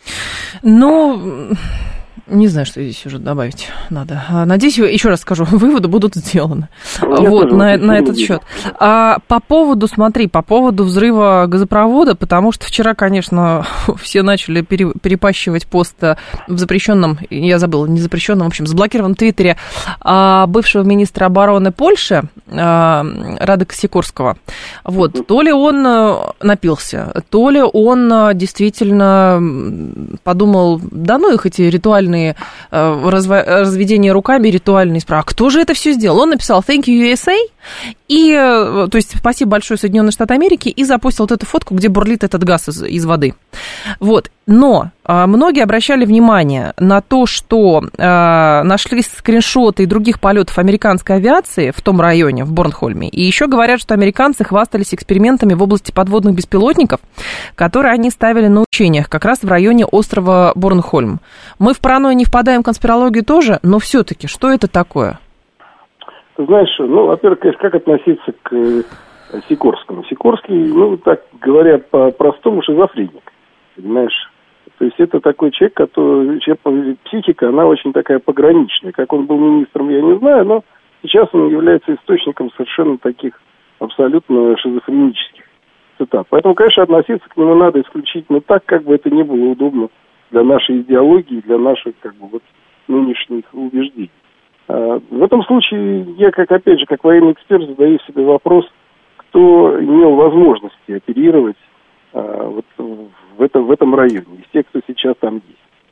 Ну, не знаю, что здесь уже добавить надо. Надеюсь, еще раз скажу, выводы будут сделаны. Я вот, на, на этот счет. А по поводу, смотри, по поводу взрыва газопровода, потому что вчера, конечно, все начали пере, перепащивать пост в запрещенном, я забыла, не запрещенном, в общем, заблокированном твиттере бывшего министра обороны Польши Радека Сикорского. Вот, то ли он напился, то ли он действительно подумал, да ну их эти ритуальные разведение руками, ритуальные справки. А кто же это все сделал? Он написал «Thank you, ю эс эй», и, то есть, спасибо большое Соединенные Штаты Америки, и запустил вот эту фотку, где бурлит этот газ из, из воды. Вот. Но а, многие обращали внимание на то, что а, нашли скриншоты и других полетов американской авиации в том районе, в Борнхольме. И еще говорят, что американцы хвастались экспериментами в области подводных беспилотников, которые они ставили на учениях как раз в районе острова Борнхольм. Мы в паранойю не впадаем в конспирологию тоже, но все-таки, что это такое? Ты знаешь, ну, во-первых, конечно, как относиться к Сикорскому? Сикорский, ну, так говоря по-простому, шизофреник, понимаешь? То есть это такой человек, который, человек, психика, она очень такая пограничная. Как он был министром, я не знаю, но сейчас он является источником совершенно таких абсолютно шизофренических цитат. Поэтому, конечно, относиться к нему надо исключительно так, как бы это ни было удобно для нашей идеологии, для наших, как бы, вот, нынешних убеждений. В этом случае я, как опять же, как военный эксперт, задаю себе вопрос, кто имел возможности оперировать а, вот в, этом, в этом районе, из тех, кто сейчас там есть.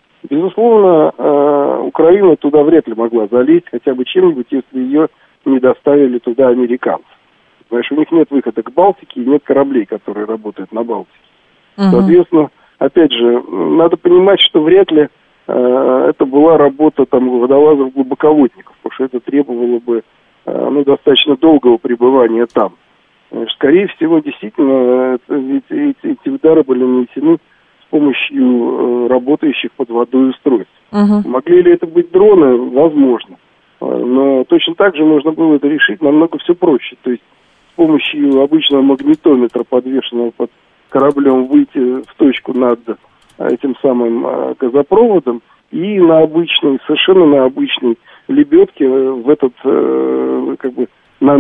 безусловно, э, Украина туда вряд ли могла залезть хотя бы чем-нибудь, если ее не доставили туда американцы. Понимаешь, у них нет выхода к Балтике и нет кораблей, которые работают на Балтике. Uh-huh. Соответственно, опять же, надо понимать, что вряд ли э, это была работа там водолазов-глубоководников, потому что это требовало бы э, ну, достаточно долгого пребывания там. Скорее всего, действительно, эти, эти, эти удары были нанесены с помощью э, работающих под водой устройств. Uh-huh. Могли ли это быть дроны? Возможно. Но точно так же можно было это решить намного все проще. То есть с помощью обычного магнитометра, подвешенного под кораблем, выйти в точку над этим самым газопроводом и на обычной, совершенно на обычной лебедке в этот, как бы, на,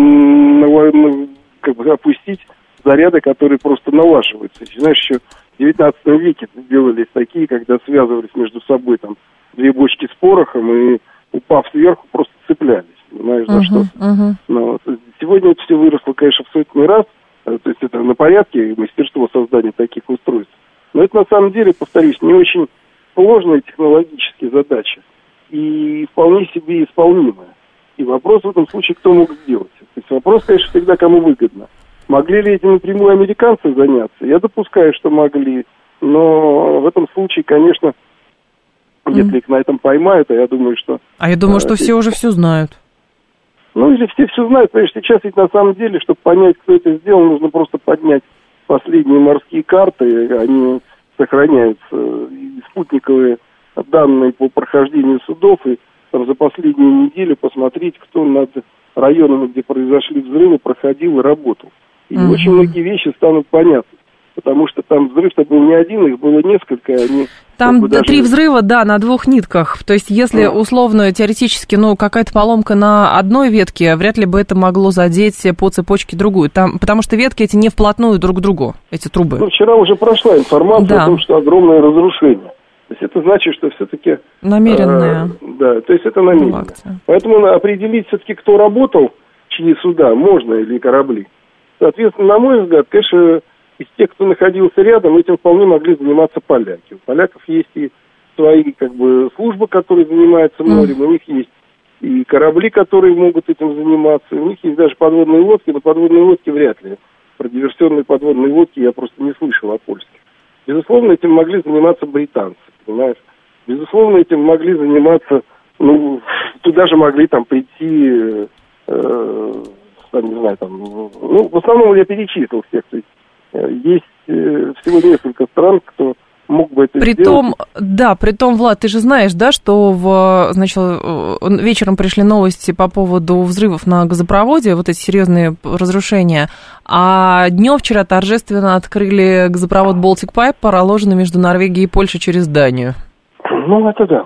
на, как бы опустить заряды, которые просто налаживаются. Знаешь, еще в девятнадцатом веке делались такие, когда связывались между собой там две бочки с порохом и, упав сверху, просто цеплялись. Понимаешь, за uh-huh, что? Uh-huh. Но сегодня это все выросло, конечно, в сотни раз. То есть это на порядке мастерство создания таких устройств. Но это на самом деле, повторюсь, не очень сложные технологические задачи. И вполне себе исполнимые. И вопрос в этом случае, кто мог сделать. То есть вопрос, конечно, всегда кому выгодно. Могли ли этим напрямую американцы заняться? Я допускаю, что могли. Но в этом случае, конечно, mm. если их на этом поймают, а я думаю, что... А я думаю, что э, все уже все знают. Ну, если все все знают, потому что сейчас ведь на самом деле, чтобы понять, кто это сделал, нужно просто поднять последние морские карты. Они сохраняются, и спутниковые данные по прохождению судов, и там, за последнюю неделю посмотреть, кто над районами, где произошли взрывы, проходил и работал. И mm-hmm. очень многие вещи станут понятны. Потому что там взрыв-то был не один, их было несколько. Они, там как бы, даже... три взрыва, да, на двух нитках. То есть, если условно, теоретически, ну, какая-то поломка на одной ветке, вряд ли бы это могло задеть по цепочке другую. Там, потому что ветки эти не вплотную друг к другу, эти трубы. Ну, вчера уже прошла информация да. о том, что огромное разрушение. То есть, это значит, что все-таки... Намеренное. Э, да, то есть, это намеренно. Поэтому определить все-таки, кто работал, чьи суда, можно или корабли. Соответственно, на мой взгляд, конечно... Из тех, кто находился рядом, этим вполне могли заниматься поляки. У поляков есть и свои, как бы, службы, которые занимаются морем, у них есть и корабли, которые могут этим заниматься, у них есть даже подводные лодки, но подводные лодки вряд ли. Про диверсионные подводные лодки я просто не слышал о польских. Безусловно, этим могли заниматься британцы, понимаешь? Безусловно, этим могли заниматься, ну, туда же могли там прийти, э, там, не знаю, там, ну, в основном я перечислил всех, то есть есть э, всего несколько стран, кто мог бы это притом, сделать. Да, притом, Влад, ты же знаешь, да, что в, значит, вечером пришли новости по поводу взрывов на газопроводе, вот эти серьезные разрушения, а днем вчера торжественно открыли газопровод Baltic Pipe, проложенный между Норвегией и Польшей через Данию. Ну, это да.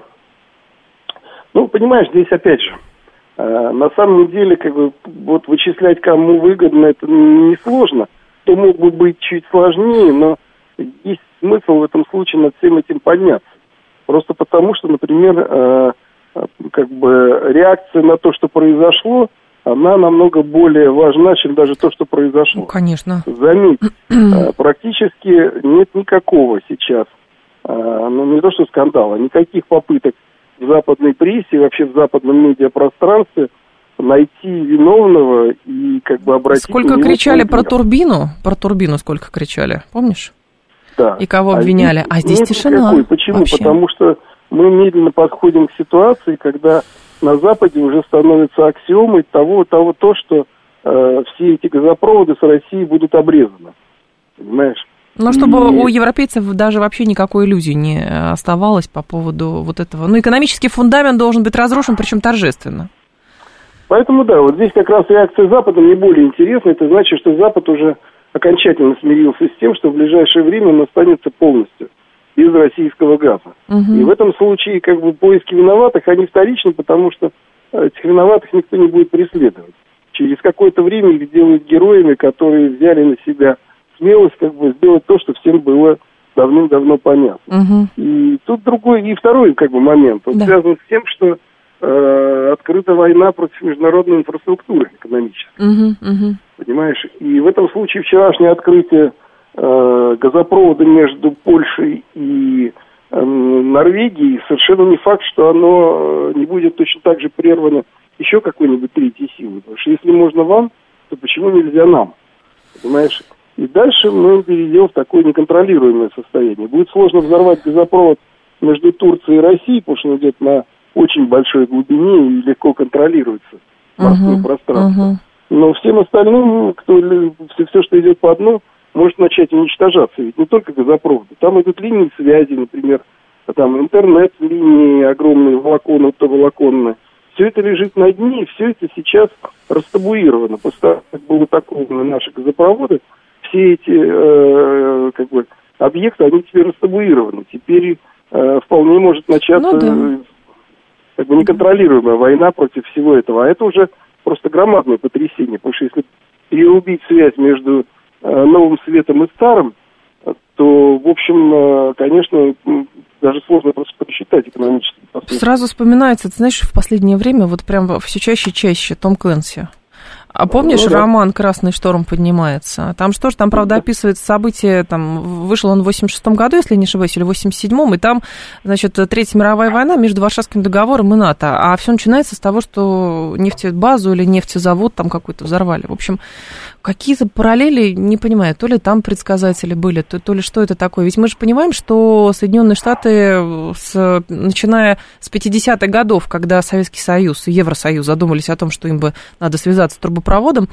Ну, понимаешь, здесь опять же, э, на самом деле, как бы, вот вычислять, кому выгодно, это несложно. То мог бы быть чуть сложнее, но есть смысл в этом случае над всем этим подняться. Просто потому, что, например, э, как бы реакция на то, что произошло, она намного более важна, чем даже то, что произошло. Ну, конечно. Заметь, э, практически нет никакого сейчас, э, ну не то что скандала, никаких попыток в западной прессе, вообще в западном медиапространстве найти виновного и как бы обратить... Сколько кричали про турбину? Про турбину сколько кричали, помнишь? Да. И кого обвиняли? А здесь, а здесь тишина. Никакой. Почему? Вообще. Потому что мы медленно подходим к ситуации, когда на Западе уже становится аксиомой того, того то, что э, все эти газопроводы с Россией будут обрезаны. Понимаешь? Ну, чтобы и... у европейцев даже вообще никакой иллюзии не оставалось по поводу вот этого. Ну, экономический фундамент должен быть разрушен, причем торжественно. Поэтому, да, вот здесь как раз реакция Запада мне более интересна. Это значит, что Запад уже окончательно смирился с тем, что в ближайшее время он останется полностью без российского газа. Угу. И в этом случае, как бы, поиски виноватых, они вторичны, потому что этих виноватых никто не будет преследовать. Через какое-то время их сделают героями, которые взяли на себя смелость, как бы, сделать то, что всем было давным-давно понятно. Угу. И тут другой, и второй, как бы, момент, он да. связан с тем, что Э, открыта война против международной инфраструктуры экономической. Uh-huh, uh-huh. Понимаешь? И в этом случае вчерашнее открытие э, газопровода между Польшей и Норвегии, совершенно не факт, что оно не будет точно так же прервано еще какой-нибудь третьей силой. Потому что если можно вам, то почему нельзя нам? Понимаешь? И дальше мы перейдем в такое неконтролируемое состояние. Будет сложно взорвать газопровод между Турцией и Россией, потому что он идет на очень большой глубине и легко контролируется морское uh-huh, пространство. Uh-huh. Но всем остальным, кто, все, все, что идет по дну, может начать уничтожаться. Ведь не только газопроводы. Там идут линии связи, например, там интернет-линии огромные, волоконные, оптоволоконные. Все это лежит на дне, и все это сейчас растабуировано. После как было атакованы наши газопроводы, все эти э, как бы, объекты, они теперь растабуированы. Теперь э, вполне может начаться ну, да. как бы неконтролируемая война против всего этого. А это уже просто громадное потрясение. Потому что если перерубить связь между э, новым светом и старым, то, в общем, э, конечно, даже сложно просто посчитать экономические последствия. Сразу вспоминается, ты знаешь, в последнее время вот прям все чаще и чаще Том Клэнси. А помнишь, ну, да. роман «Красный шторм» поднимается? Там что ж, там, правда, да. описывается событие, там, вышел он в восемьдесят шестом году, если не ошибаюсь, или в восемьдесят седьмом, и там, значит, Третья мировая война между Варшавским договором и НАТО, а все начинается с того, что нефтебазу или нефтезавод там какой-то взорвали. В общем, какие-то параллели, не понимаю, то ли там предсказатели были, то, то ли что это такое. Ведь мы же понимаем, что Соединенные Штаты, с, начиная с пятидесятых годов, когда Советский Союз и Евросоюз задумались о том, что им бы надо связаться с трубопроводом, проводом,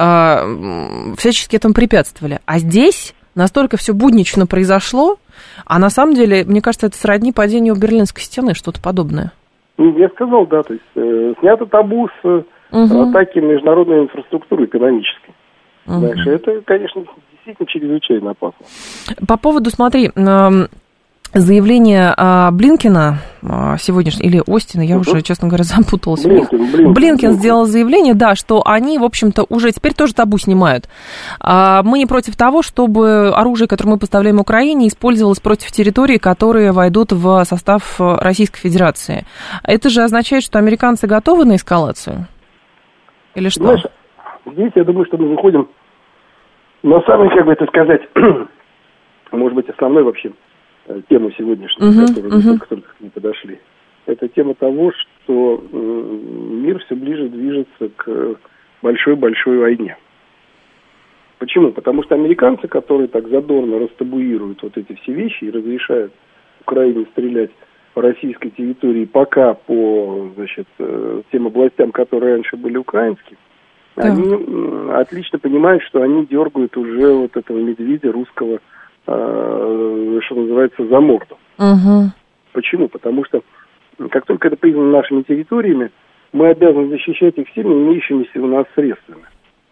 э, всячески этому препятствовали. А здесь настолько все буднично произошло, а на самом деле, мне кажется, это сродни падению Берлинской стены, что-то подобное. Я сказал, да, то есть э, снято табу с э, угу. атаки международной инфраструктуры экономической. Угу. Знаешь, это, конечно, действительно чрезвычайно опасно. По поводу, смотри, э, заявление а, Блинкена а, сегодняшнего, или Остина, я uh-huh. уже, честно говоря, запуталась. Блинкен, Блинкен, Блинкен Блинкен сделал заявление, да, что они, в общем-то, уже теперь тоже табу снимают. А, мы не против того, чтобы оружие, которое мы поставляем Украине, использовалось против территорий, которые войдут в состав Российской Федерации. Это же означает, что американцы готовы на эскалацию? Или что? Знаешь, здесь я думаю, что мы выходим на самый, как бы это сказать, может быть, основной вообще тему сегодняшнюю, uh-huh, которую мы uh-huh. только-только к ней подошли. Это тема того, что мир все ближе движется к большой-большой войне. Почему? Потому что американцы, которые так задорно растабуируют вот эти все вещи и разрешают Украине стрелять по российской территории пока по, значит, тем областям, которые раньше были украинскими, uh-huh. они отлично понимают, что они дергают уже вот этого медведя русского, что называется, за морду. Uh-huh. Почему? Потому что как только это признано нашими территориями, мы обязаны защищать их всеми имеющимися у нас средствами.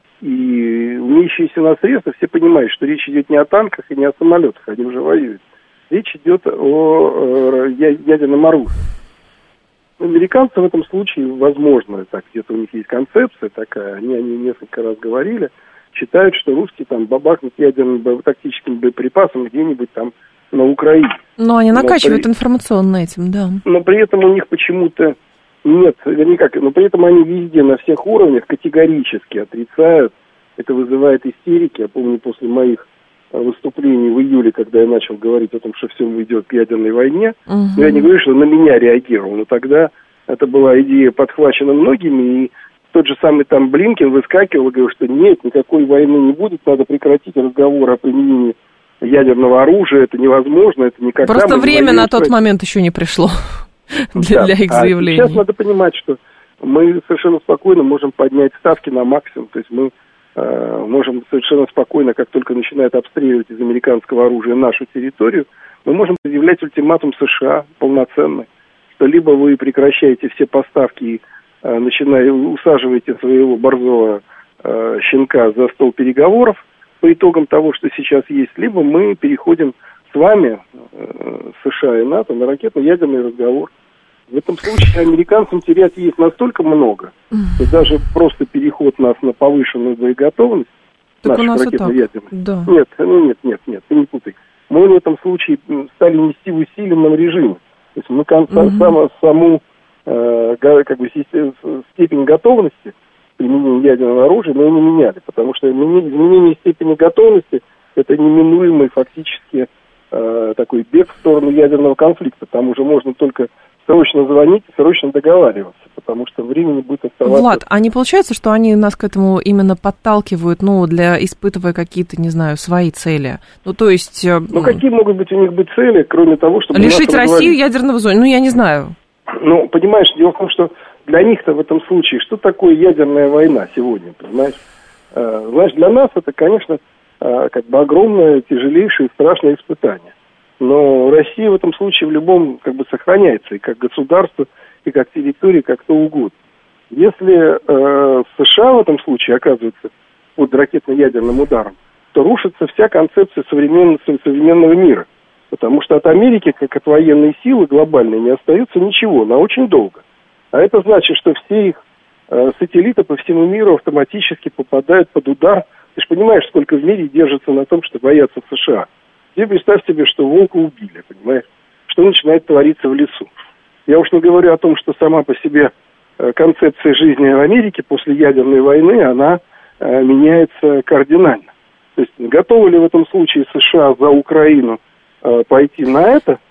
И имеющиеся у нас средства, все понимают, что речь идет не о танках и не о самолетах, они уже воюют. Речь идет о ядерном оружии. Американцы в этом случае, возможно, так, где-то у них есть концепция такая, они о ней несколько раз говорили, считают, что русские там бабахнут ядерным тактическим боеприпасом где-нибудь там на Украине. Но они накачивают но при... информационно этим, да. Но при этом у них почему-то нет, никак, но при этом они везде, на всех уровнях категорически отрицают. Это вызывает истерики. Я помню, после моих выступлений в июле, когда я начал говорить о том, что все идет к ядерной войне, угу. я не говорю, что на меня реагировал, но тогда это была идея подхвачена многими, и тот же самый там Блинкен выскакивал и говорил, что нет, никакой войны не будет, надо прекратить разговор о применении ядерного оружия, это невозможно, это никогда... Просто время на тот момент еще не пришло для, да. для их заявлений. А сейчас надо понимать, что мы совершенно спокойно можем поднять ставки на максимум, то есть мы э, можем совершенно спокойно, как только начинают обстреливать из американского оружия нашу территорию, мы можем предъявлять ультиматум США полноценный, что либо вы прекращаете все поставки и начиная, усаживаете своего борзого э, щенка за стол переговоров по итогам того, что сейчас есть, либо мы переходим с вами, э, США и НАТО, на ракетно-ядерный разговор. В этом случае американцам терять есть настолько много, что даже просто переход нас на повышенную боеготовность, так нашу ракетно-ядерную... Да. Нет, ну нет, нет, нет, ты не путай. Мы в этом случае стали нести в усиленном режиме. То есть мы конца, угу. само, саму как бы степень готовности применения ядерного оружия мы не меняли, потому что изменение степени готовности это неминуемый фактически э, такой бег в сторону ядерного конфликта. Там уже можно только срочно звонить и срочно договариваться, потому что времени будет оставаться... Влад, а не получается, что они нас к этому именно подталкивают, ну, для испытывая какие-то, не знаю, свои цели? Ну, то есть... Ну, какие могут быть у них быть цели, кроме того, чтобы... Лишить Россию ядерного зоны? Ну, я не знаю. Ну, понимаешь, дело в том, что для них-то в этом случае, что такое ядерная война сегодня, понимаешь? Знаешь, для нас это, конечно, как бы огромное, тяжелейшее и страшное испытание. Но Россия в этом случае в любом как бы сохраняется, и как государство, и как территория, как то угодно. Если э, США в этом случае оказывается под ракетно-ядерным ударом, то рушится вся концепция современного, современного мира. Потому что от Америки, как от военной силы глобальной, не остается ничего на очень долго. А это значит, что все их э, сателлиты по всему миру автоматически попадают под удар. Ты же понимаешь, сколько в мире держится на том, что боятся США. Теперь представь себе, что волка убили, понимаешь? Что начинает твориться в лесу. Я уж не говорю о том, что сама по себе э, концепция жизни в Америке после ядерной войны, она э, меняется кардинально. То есть готовы ли в этом случае США за Украину э, пойти на это?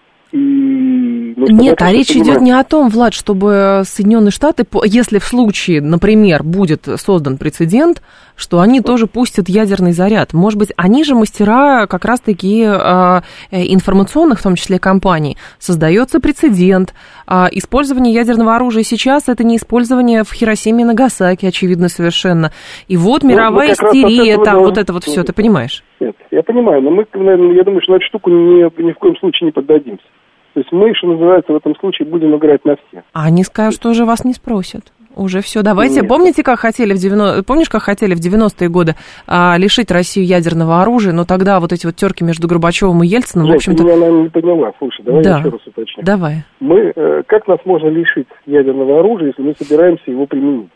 И, ну, Нет, а речь идет не о том, Влад, чтобы Соединенные Штаты, если в случае, например, будет создан прецедент, что они тоже пустят ядерный заряд. Может быть, они же мастера как раз-таки э, информационных, в том числе, компаний. Создается прецедент. Э, использование ядерного оружия сейчас – это не использование в Хиросиме и Нагасаки, очевидно, совершенно. И вот мировая ну, истерия, там должны... вот это вот все, ты понимаешь? Нет, я понимаю, но мы, наверное, я думаю, что на эту штуку ни, ни в коем случае не поддадимся. То есть мы, что называется, в этом случае будем играть на все. А они скажут, что уже вас не спросят. Уже все, давайте. Нет. Помните, как хотели в девяностые... Помнишь, как хотели в девяностые годы а, лишить Россию ядерного оружия, но тогда вот эти вот терки между Горбачевым и Ельциным, Жень, в общем-то... ты меня, наверное, не поняла. Слушай, давай да. я еще раз уточню. Давай. Мы, э, как нас можно лишить ядерного оружия, если мы собираемся его применить?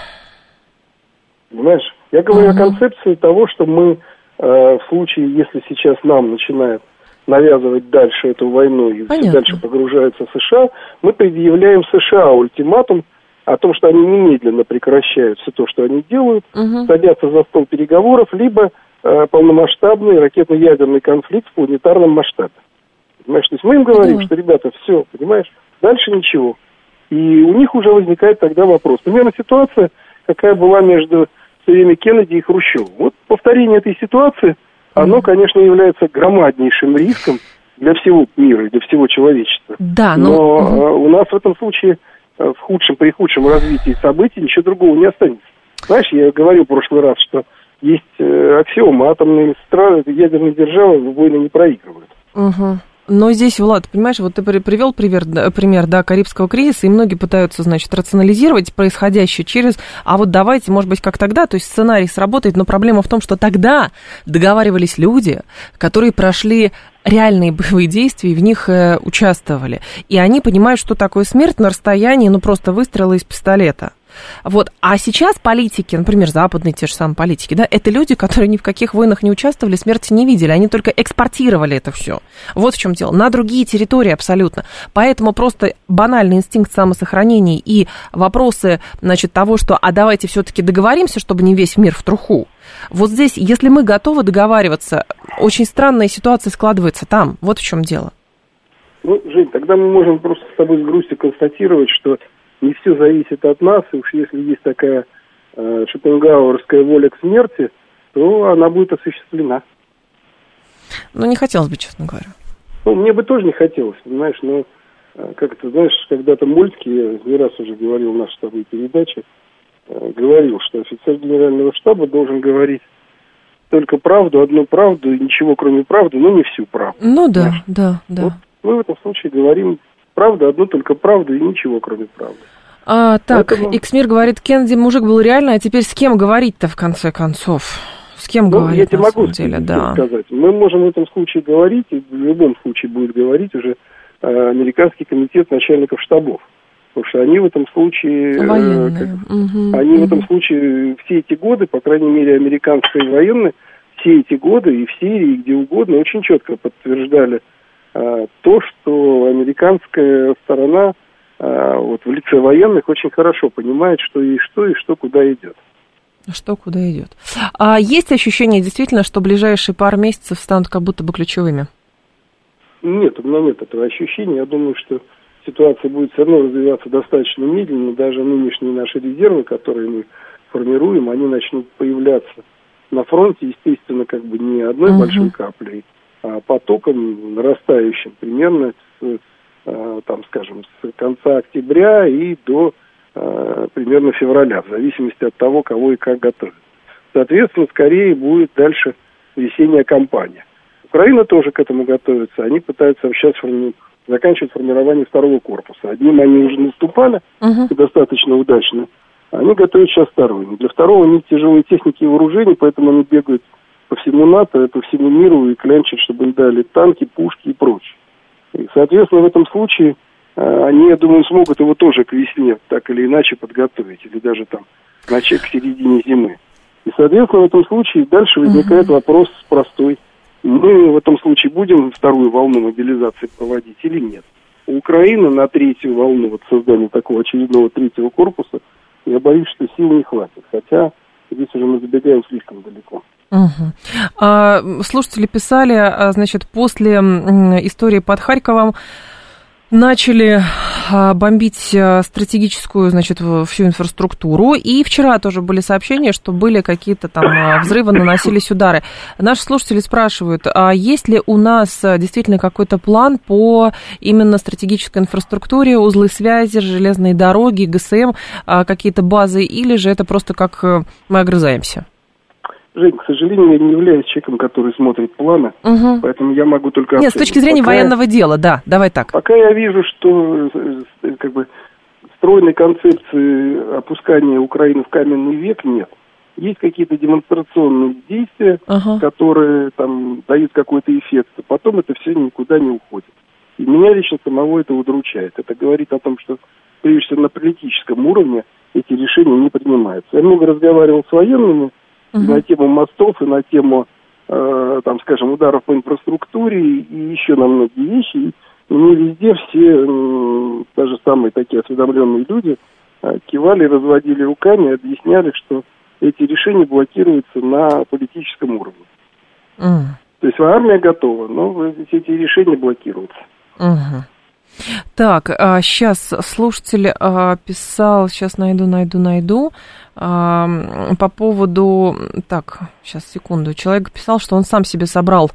Понимаешь? Я говорю uh-huh. о концепции того, что мы э, в случае, если сейчас нам начинают навязывать дальше эту войну и все дальше погружаются в США, мы предъявляем США ультиматум о том, что они немедленно прекращают все то, что они делают, угу. садятся за стол переговоров, либо э, полномасштабный ракетно-ядерный конфликт в планетарном масштабе. Понимаешь, то есть мы им говорим, угу. что, ребята, все, понимаешь, дальше ничего. И у них уже возникает тогда вопрос. Примерно ситуация, какая была между все время Кеннеди и Хрущевым. Вот повторение этой ситуации, оно, конечно, является громаднейшим риском для всего мира и для всего человечества. Да, но... но угу. у нас в этом случае в худшем, при худшем развитии событий ничего другого не останется. Знаешь, я говорил в прошлый раз, что есть аксиома: атомные страны, ядерные державы войны не проигрывают. Угу. Но здесь, Влад, понимаешь, вот ты привел пример, пример, да, Карибского кризиса, и многие пытаются, значит, рационализировать происходящее через, а вот давайте, может быть, как тогда, то есть сценарий сработает, но проблема в том, что тогда договаривались люди, которые прошли реальные боевые действия и в них э, участвовали. И они понимают, что такое смерть на расстоянии, ну, просто выстрела из пистолета. Вот. А сейчас политики, например, западные те же самые политики, да, это люди, которые ни в каких войнах не участвовали, смерти не видели, они только экспортировали это все. Вот в чем дело. На другие территории абсолютно. Поэтому просто банальный инстинкт самосохранения и вопросы, значит, того, что, а давайте все-таки договоримся, чтобы не весь мир в труху. Вот здесь, если мы готовы договариваться, очень странная ситуация складывается там. Вот в чем дело. Ну, Жень, тогда мы можем просто с тобой с грустью констатировать, что не все зависит от нас, и уж если есть такая э, шопенгауэрская воля к смерти, то она будет осуществлена. Ну, не хотелось бы, честно говоря. Ну, мне бы тоже не хотелось, понимаешь, но, э, как ты знаешь, когда-то мультики, я не раз уже говорил в нашей с тобой передаче, э, говорил, что офицер генерального штаба должен говорить только правду, одну правду, и ничего кроме правды, но не всю правду. Ну да, понимаешь? да, да. Вот мы в этом случае говорим правду, одну только правду и ничего кроме правды. А, так, Поэтому... Иксмир говорит, Кеннеди мужик был реальный, а теперь с кем говорить-то в конце концов? С кем ну, говорить, я тебе на могу самом деле, да. сказать. Мы можем в этом случае говорить, и в любом случае будет говорить уже э, американский комитет начальников штабов. Потому что они в этом случае... Военные. Э, как, угу, они угу. в этом случае все эти годы, по крайней мере, американские военные, все эти годы и в Сирии, и где угодно, очень четко подтверждали э, то, что американская сторона э, вот, в лице военных очень хорошо понимает, что и что, и что куда идет. Что куда идет. А есть ощущение действительно, что ближайшие пару месяцев станут как будто бы ключевыми? Нет, у меня нет этого ощущения. Я думаю, что ситуация будет все равно развиваться достаточно медленно. Даже нынешние наши резервы, которые мы формируем, они начнут появляться на фронте, естественно, как бы не одной uh-huh. большой каплей, а потоком нарастающим примерно с, там, скажем, с конца октября и до примерно февраля, в зависимости от того, кого и как готовят. Соответственно, скорее будет дальше весенняя кампания. Украина тоже к этому готовится. Они пытаются сейчас форми... заканчивать формирование второго корпуса. Одним они уже наступали uh-huh. достаточно удачно. Они готовят сейчас второй. Для второго нет тяжелой техники и вооружений, поэтому они бегают по всему НАТО, по всему миру и клянчат, чтобы им дали танки, пушки и прочее. И, соответственно, в этом случае они, я думаю, смогут его тоже к весне так или иначе подготовить, или даже там начать к середине зимы. И, соответственно, в этом случае дальше возникает uh-huh. вопрос простой. Мы в этом случае будем вторую волну мобилизации проводить или нет? У Украины на третью волну вот создания такого очередного третьего корпуса, я боюсь, что сил не хватит. Хотя здесь уже мы забегаем слишком далеко. Угу. А, слушатели писали, значит, после истории под Харьковом начали бомбить стратегическую, значит, всю инфраструктуру. И вчера тоже были сообщения, что были какие-то там взрывы, наносились удары. Наши слушатели спрашивают, а есть ли у нас действительно какой-то план по именно стратегической инфраструктуре, узлы связи, железные дороги, ГСМ, какие-то базы, или же это просто как мы огрызаемся? Жень, к сожалению, я не являюсь человеком, который смотрит планы, угу. поэтому я могу только... Нет, с точки зрения пока военного я, дела, да, давай так. Пока я вижу, что как бы стройной концепции опускания Украины в каменный век нет. Есть какие-то демонстрационные действия, ага. которые там дают какой-то эффект, а потом это все никуда не уходит. И меня лично самого это удручает. Это говорит о том, что прежде всего на политическом уровне эти решения не принимаются. Я много разговаривал с военными, Uh-huh. на тему мостов, и на тему, э, там, скажем, ударов по инфраструктуре, и еще на многие вещи. И мне везде все, э, даже самые такие осведомленные люди, э, кивали, разводили руками, объясняли, что эти решения блокируются на политическом уровне. Uh-huh. То есть армия готова, но эти решения блокируются. Uh-huh. Так, сейчас слушатель писал, сейчас найду, найду, найду, по поводу, так, сейчас, секунду, человек писал, что он сам себе собрал,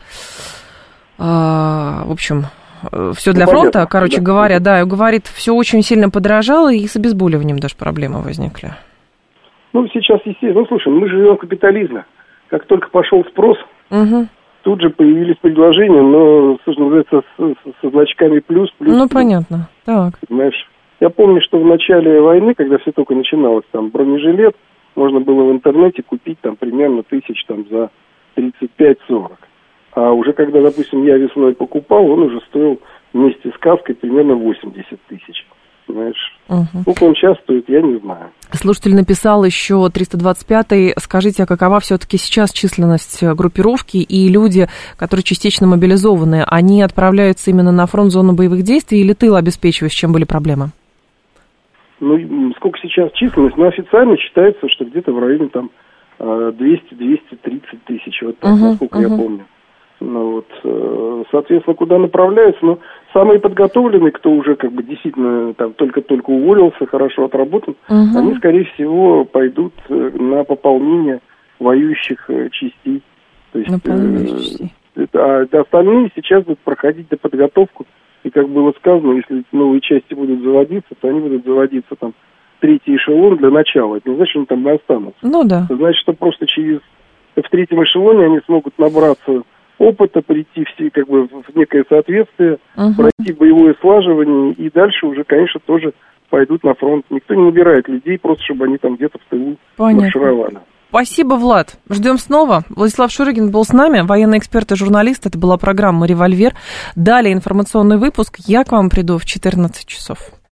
в общем, все для ну, фронта, понятно, короче да. говоря, да, и говорит, все очень сильно подорожало, и с обезболиванием даже проблемы возникли. Ну, сейчас, естественно, ну, слушай, мы живем в капитализме, как только пошел спрос... Угу. Тут же появились предложения, но, что называется, с, со значками плюс, плюс. Ну, плюс. понятно, так. Понимаешь? Я помню, что в начале войны, когда все только начиналось, там, бронежилет можно было в интернете купить, там, примерно тысяч, там, за тридцать пять сорок. А уже когда, допустим, я весной покупал, он уже стоил вместе с каской примерно восемьдесят тысяч. Понимаешь? Угу. Сколько он сейчас стоит, я не знаю. Слушатель написал еще триста двадцать пятый. Скажите, а какова все-таки сейчас численность группировки и люди, которые частично мобилизованы, они отправляются именно на фронт зону боевых действий или тыл обеспечиваешь, чем были проблемы? Ну, сколько сейчас численность? Ну, официально считается, что где-то в районе там двести - двести тридцать тысяч, вот так, угу, насколько угу. я помню. Ну, вот, соответственно, куда направляются, ну, самые подготовленные, кто уже как бы действительно там только-только уволился, хорошо отработан, угу. они, скорее всего, пойдут на пополнение воюющих частей. То есть, э, частей. А остальные сейчас будут проходить доподготовку, и, как было сказано, если новые части будут заводиться, то они будут заводиться там третий эшелон для начала. Это не значит, что они там и останутся. Ну да. Это значит, что просто через в третьем эшелоне они смогут набраться опыта, прийти все, как бы, в некое соответствие, uh-huh. пройти боевое слаживание, и дальше уже, конечно, тоже пойдут на фронт. Никто не набирает людей, просто чтобы они там где-то в тылу маршировали. Спасибо, Влад. Ждем снова. Владислав Шурыгин был с нами, военный эксперт и журналист. Это была программа «Револьвер». Далее информационный выпуск. Я к вам приду в четырнадцать часов.